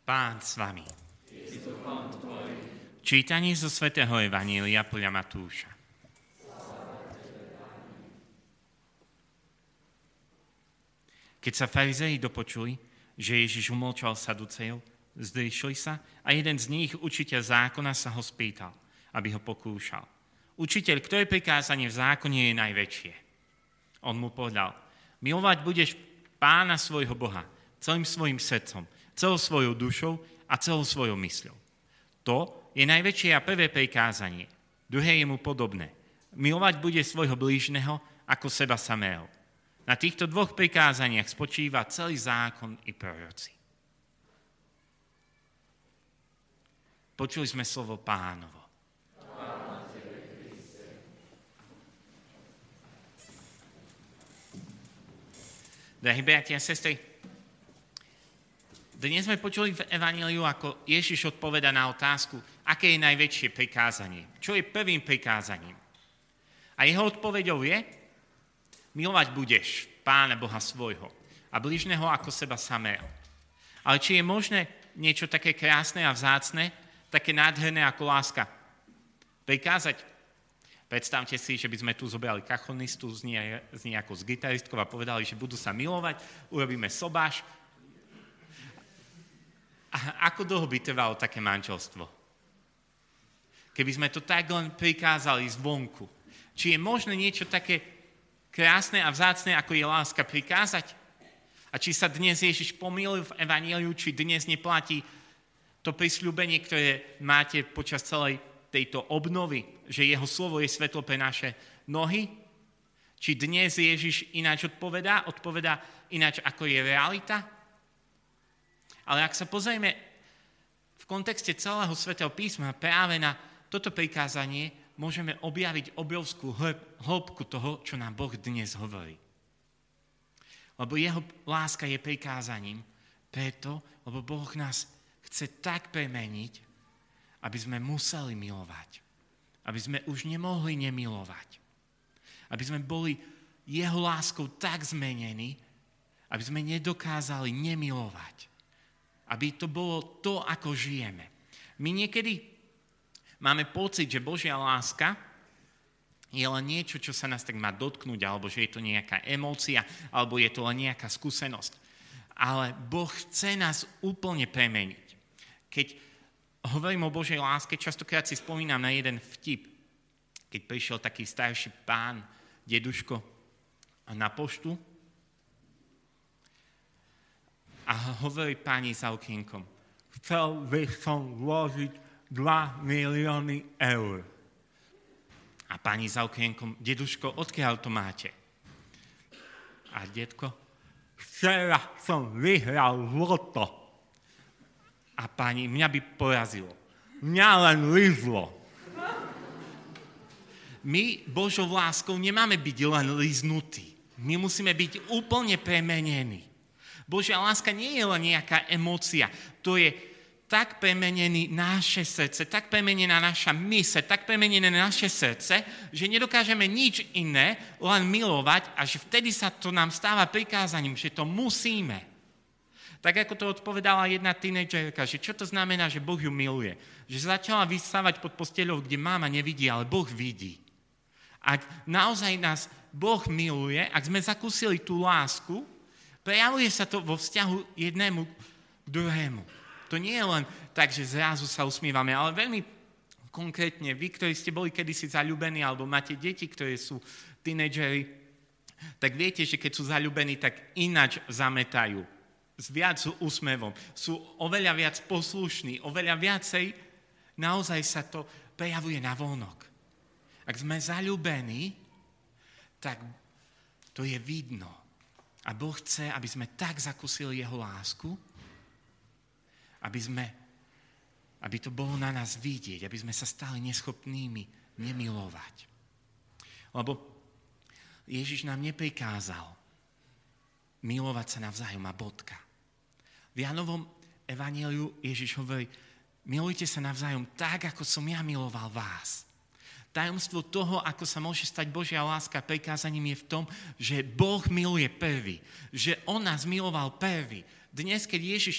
Pán s vami. Čítanie zo svätého Evanília podľa Matúša. Keď sa farizei dopočuli, že Ježiš umlčal Saducejov, zdvišli sa a jeden z nich, učiteľ zákona, sa ho spýtal, aby ho pokúšal. Učiteľ, ktoré prikázanie v zákone je najväčšie? On mu povedal, milovať budeš Pána svojho Boha celým svojim srdcom, celou svojou dušou a celou svojou mysľou. To je najväčšie a prvé prikázanie. Druhé je mu podobné. Milovať bude svojho blížneho ako seba samého. Na týchto dvoch prikázaniach spočíva celý zákon i proroci. Počuli sme slovo Pánovo. Drahí bratia a sestry, dnes sme počuli v Evaníliu, ako Ježiš odpoveda na otázku, aké je najväčšie prikázanie. Čo je prvým prikázaním? A jeho odpoveďou je, milovať budeš Pána Boha svojho a blížneho ako seba samého. Ale či je možné niečo také krásne a vzácne, také nádherné ako láska prikázať? Predstavte si, že by sme tu zobrali kachonistu s nejakou s gitaristkou a povedali, že budú sa milovať, urobíme sobáš. A ako dlho by trvalo také manželstvo? Keby sme to tak len prikázali zvonku. Či je možné niečo také krásne a vzácne, ako je láska, prikázať? A či sa dnes Ježiš pomýlil v Evaníliu, či dnes neplatí to prisľúbenie, ktoré máte počas celej tejto obnovy, že jeho slovo je svetlo pre naše nohy? Či dnes Ježiš ináč odpovedá ináč, ako je realita? Ale ak sa pozrieme v kontexte celého svätého písma práve na toto prikázanie, môžeme objaviť obrovskú hĺbku toho, čo nám Boh dnes hovorí. Lebo jeho láska je prikázaním preto, lebo Boh nás chce tak premeniť, aby sme museli milovať. Aby sme už nemohli nemilovať. Aby sme boli jeho láskou tak zmenení, aby sme nedokázali nemilovať. Aby to bolo to, ako žijeme. My niekedy máme pocit, že Božia láska je len niečo, čo sa nás tak má dotknúť, alebo že je to nejaká emócia, alebo je to len nejaká skúsenosť. Ale Boh chce nás úplne premeniť. Keď hovorím o Božej láske, častokrát si spomínam na jeden vtip, keď prišiel taký starší pán, deduško, na poštu a hovorí pani za okienkom, chcel by som vložiť 2 milióny eur. A pani za okienkom, deduško, odkiaľ to máte? A detko, včera som vyhral loto. A pani, mňa by porazilo. Mňa len lízlo. My Božou láskou nemáme byť len líznutí. My musíme byť úplne premenení. Božia láska nie je len nejaká emócia. To je tak premenené naše srdce, tak premenená naša myseľ, tak premenené naše srdce, že nedokážeme nič iné, len milovať a že vtedy sa to nám stáva prikázaním, že to musíme. Tak ako to odpovedala jedna tínedžerka, že čo to znamená, že Boh ju miluje. Že začala vystávať pod posteľou, kde máma nevidí, ale Boh vidí. Ak naozaj nás Boh miluje, ak sme zakúsili tú lásku, prejavuje sa to vo vzťahu jednému k druhému. To nie je len tak, že zrazu sa usmievame, ale veľmi konkrétne, vy, ktorí ste boli kedysi zaľúbení, alebo máte deti, ktoré sú tínedžeri, tak viete, že keď sú zaľúbení, tak ináč zametajú. S viac úsmevom. Sú oveľa viac poslušní, oveľa viacej naozaj sa to prejavuje na vonok. Ak sme zaľúbení, tak to je vidno. A Boh chce, aby sme tak zakúsili jeho lásku, aby to bolo na nás vidieť, aby sme sa stali neschopnými nemilovať. Lebo Ježiš nám neprikázal milovať sa navzájom a bodka. V Jánovom evaníliu Ježiš hovorí, milujte sa navzájom tak, ako som ja miloval vás. Tajomstvo toho, ako sa môže stať Božia láska prikázaním je v tom, že Boh miluje prvý. Že on nás miloval prvý. Dnes, keď Ježiš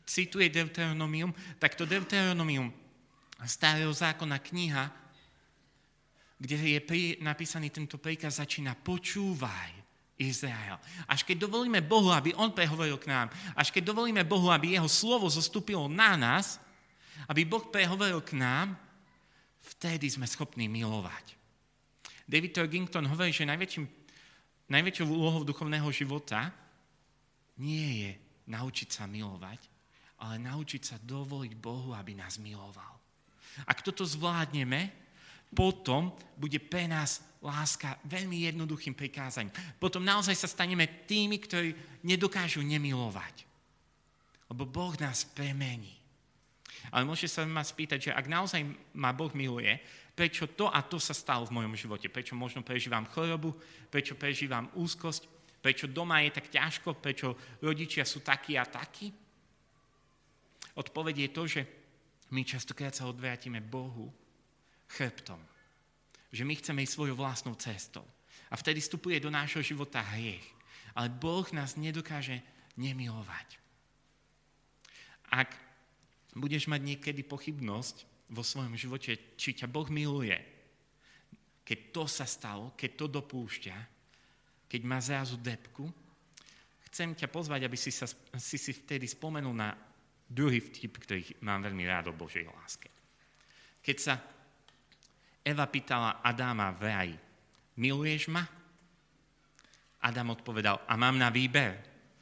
cituje Deuteronomium, tak to Deuteronomium, starého zákona kniha, kde je napísaný tento príkaz, začína počúvaj, Izrael. Až keď dovolíme Bohu, aby on prehovoril k nám, až keď dovolíme Bohu, aby jeho slovo zostúpilo na nás, aby Boh prehovoril k nám, vtedy sme schopní milovať. David Turkington hovorí, že najväčšou úlohou duchovného života nie je naučiť sa milovať, ale naučiť sa dovoliť Bohu, aby nás miloval. Ak toto zvládneme, potom bude pre nás láska veľmi jednoduchým prikázaním. Potom naozaj sa staneme tými, ktorí nedokážu nemilovať. Lebo Boh nás premení. Ale môžete sa ma spýtať, že ak naozaj ma Boh miluje, prečo to a to sa stalo v mojom živote? Prečo možno prežívam chorobu? Prečo prežívam úzkosť? Prečo doma je tak ťažko? Prečo rodičia sú takí a takí? Odpoveď je to, že my častokrát sa odvrátime Bohu chrbtom. Že my chceme ísť svojou vlastnou cestou. A vtedy vstupuje do nášho života hriech. Ale Boh nás nedokáže nemilovať. Ak budeš mať niekedy pochybnosť vo svojom živote, či ťa Boh miluje, keď to sa stalo, keď to dopúšťa, keď má zrazu depku, chcem ťa pozvať, aby si vtedy spomenul na druhý vtip, ktorý mám veľmi rád o Božej láske. Keď sa Eva pýtala Adáma v raji, miluješ ma? Adam odpovedal, a mám na výber.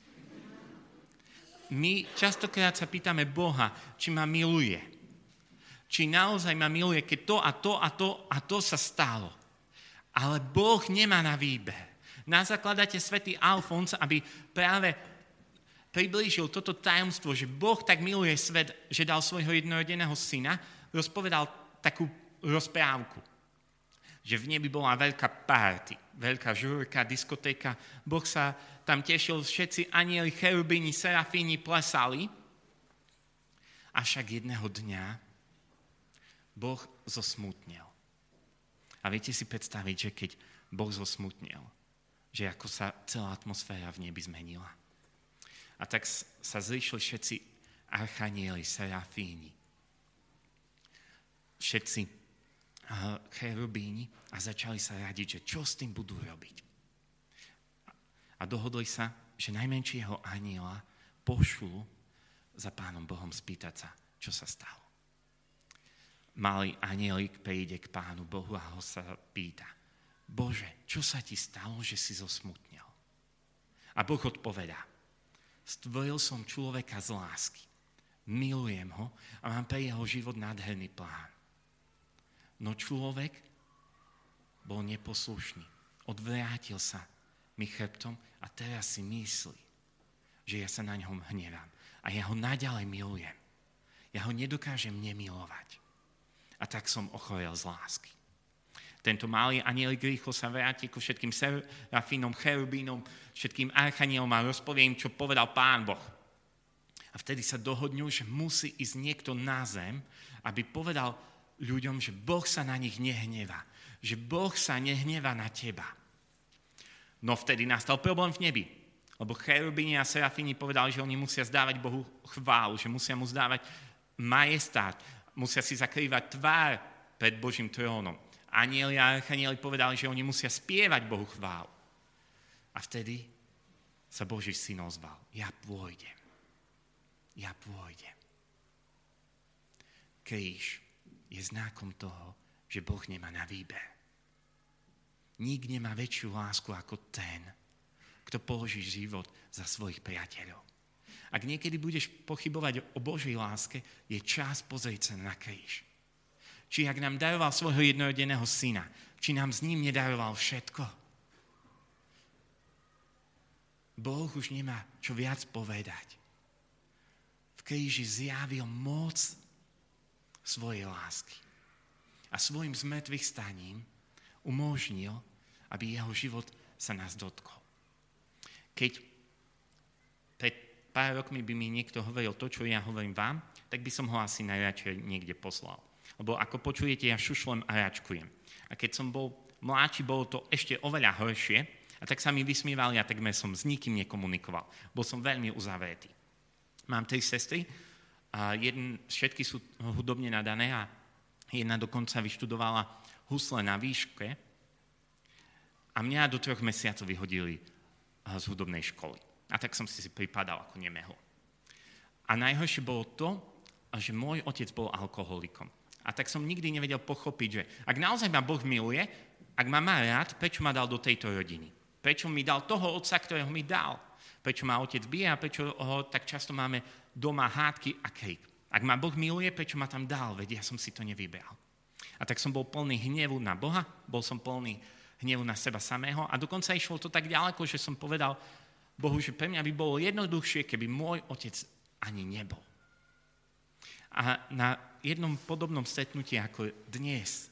My častokrát sa pýtame Boha, či ma miluje. Či naozaj ma miluje, keď to a to a to a to sa stalo. Ale Boh nemá na výber. Na zakladáte svätý Alfons, aby práve priblížil toto tajomstvo, že Boh tak miluje svet, že dal svojho jednorodeného syna, rozpovedal takú rozprávku. Že v nebi bola veľká party, veľká žúrka, diskotéka. Boh sa tam tešil, všetci anjeli, cherubíni, serafíni plesali. Avšak jedného dňa Boh zosmutnel. A viete si predstaviť, že keď Boh zosmutnel, že ako sa celá atmosféra v nebi zmenila. A tak sa zrišli všetci archanieli, serafíni. Všetci cherubíni a začali sa radiť, že čo s tým budú robiť. A dohodli sa, že najmenšieho anjela pošlu za Pánom Bohom spýtať sa, čo sa stalo. Malý anjelik príde k Pánu Bohu a ho sa pýta, Bože, čo sa ti stalo, že si zosmutnel? A Boh odpovedá, stvoril som človeka z lásky, milujem ho a mám pre jeho život nádherný plán. No človek bol neposlušný, odvrátil sa mi chrbtom a teraz si myslí, že ja sa na ňom hnevám. A ja ho naďalej milujem. Ja ho nedokážem nemilovať. A tak som ochorel z lásky. Tento malý anjelik rýchlo sa vráti ku všetkým serafínom, cherubínom, všetkým archanielom a rozpovie im, čo povedal Pán Boh. A vtedy sa dohodnú, že musí ísť niekto na zem, aby povedal ľuďom, že Boh sa na nich nehnevá. Že Boh sa nehnevá na teba. No vtedy nastal problém v nebi. Lebo cherubíni a serafíni povedali, že oni musia zdávať Bohu chválu, že musia mu zdávať majestát, musia si zakrývať tvár pred Božím trónom. Anjeli a archanieli povedali, že oni musia spievať Bohu chválu. A vtedy sa Boží syn ozval. Ja pôjdem. Ja pôjdem. Kríž je znakom toho, že Boh nemá na výber. Nik nemá väčšiu lásku ako ten, kto položí život za svojich priateľov. Ak niekedy budeš pochybovať o Božej láske, je čas pozrieť sa na kríž. Či ak nám daroval svojho jednorodeného syna, či nám s ním nedaroval všetko. Boh už nemá čo viac povedať. V kríži zjavil moc svojej lásky. A svojim zmrtvých staním umožnil, aby jeho život sa nás dotkol. Keď pred pár rokmi by mi niekto hovoril to, čo ja hovorím vám, tak by som ho asi najradšej niekde poslal. Lebo ako počujete, ja šušlem a račkujem. A keď som bol mladší, bolo to ešte oveľa horšie, a tak sa mi vysmievali a takmer som s nikým nekomunikoval. Bol som veľmi uzavretý. Mám 3 sestry, a všetky sú hudobne nadané a jedna dokonca vyštudovala husle na výške a mňa do 3 mesiacov vyhodili z hudobnej školy. A tak som si pripadal ako nemehol. A najhoršie bolo to, že môj otec bol alkoholikom. A tak som nikdy nevedel pochopiť, že ak naozaj ma Boh miluje, ak ma má rád, prečo ma dal do tejto rodiny? Prečo mi dal toho otca, ktorého mi dal? Prečo ma otec bije a prečo tak často máme doma hádky a krik? Ak ma Boh miluje, prečo ma tam dal? Veď ja som si to nevybral. A tak som bol plný hnevu na Boha, bol som plný hnevu na seba samého a dokonca išlo to tak ďaleko, že som povedal Bohu, že pre mňa by bolo jednoduchšie, keby môj otec ani nebol. A na jednom podobnom stretnutí ako dnes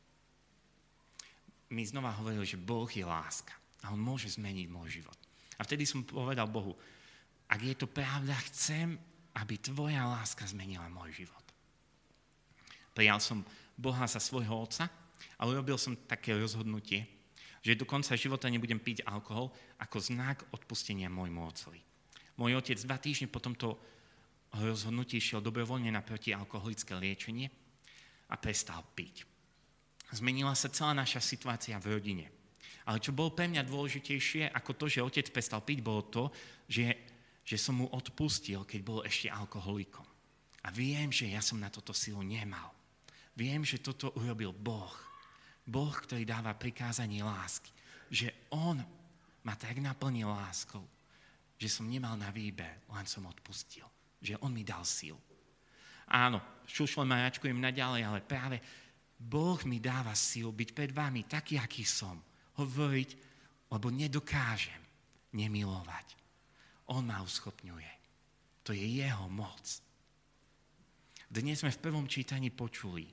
mi znova hovoril, že Boh je láska a on môže zmeniť môj život. A vtedy som povedal Bohu, ak je to pravda, chcem, aby tvoja láska zmenila môj život. Prijal som Boha za svojho otca a urobil som také rozhodnutie, že do konca života nebudem piť alkohol ako znak odpustenia môjmu otcovi. Môj otec 2 týždne po tomto rozhodnutí šiel dobrovoľne na protialkoholické liečenie a prestal piť. Zmenila sa celá naša situácia v rodine. Ale čo bolo pre mňa dôležitejšie ako to, že otec prestal piť, bolo to, že som mu odpustil, keď bol ešte alkoholikom. A viem, že ja som na toto silu nemal. Viem, že toto urobil Boh. Boh, ktorý dáva prikázanie lásky. Že on ma tak naplnil láskou, že som nemal na výber, len som odpustil. Že on mi dal silu. Áno, šušlem a račkujem naďalej, ale práve Boh mi dáva silu byť pred vami taký, aký som. Hovoriť, lebo nedokážem nemilovať. On ma uschopňuje. To je jeho moc. Dnes sme v prvom čítaní počuli,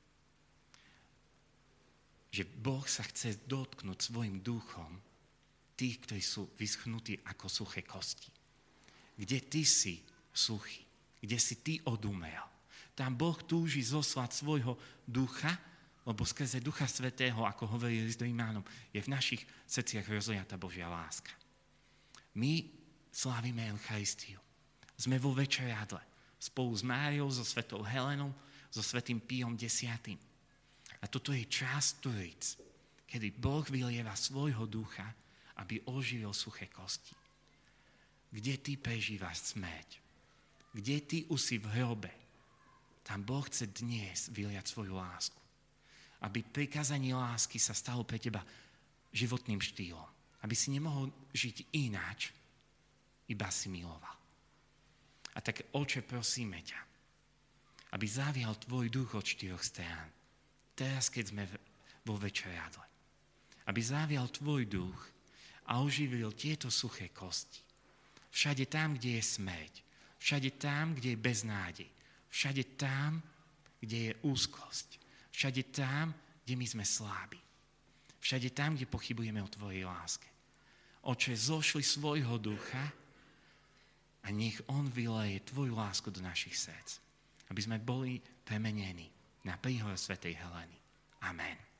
že Boh sa chce dotknúť svojim duchom tých, ktorí sú vyschnutí ako suché kosti. Kde ty si suchý, kde si ty odumel. Tam Boh túži zoslať svojho ducha, lebo skrze Ducha Svätého, ako hovorí list Rímanom, je v našich srdciach rozliata Božia láska. My slávime Eucharistiu. Sme vo večeriadle spolu s Máriou, so svätou Helenou, so svätým Piom X. A toto je čas Trojic, kedy Boh vylieva svojho ducha, aby oživil suché kosti. Kde ty prežívaš smrť? Kde ty už si v hrobe? Tam Boh chce dnes vyliať svoju lásku. Aby prikázanie lásky sa stalo pre teba životným štýlom. Aby si nemohol žiť ináč, iba si miloval. A tak, Oče, prosíme ťa, aby zavial tvoj duch od 4 strán. Teraz, keď sme vo večeriadle. Aby zavial tvoj duch a oživil tieto suché kosti. Všade tam, kde je smrť. Všade tam, kde je beznádej. Všade tam, kde je úzkosť. Všade tam, kde my sme slabí. Všade tam, kde pochybujeme o tvojej láske. Oče, zošli svojho ducha a nech on vyleje tvoju lásku do našich srdc. Aby sme boli premenení na príhor svätej Heleny. Amen.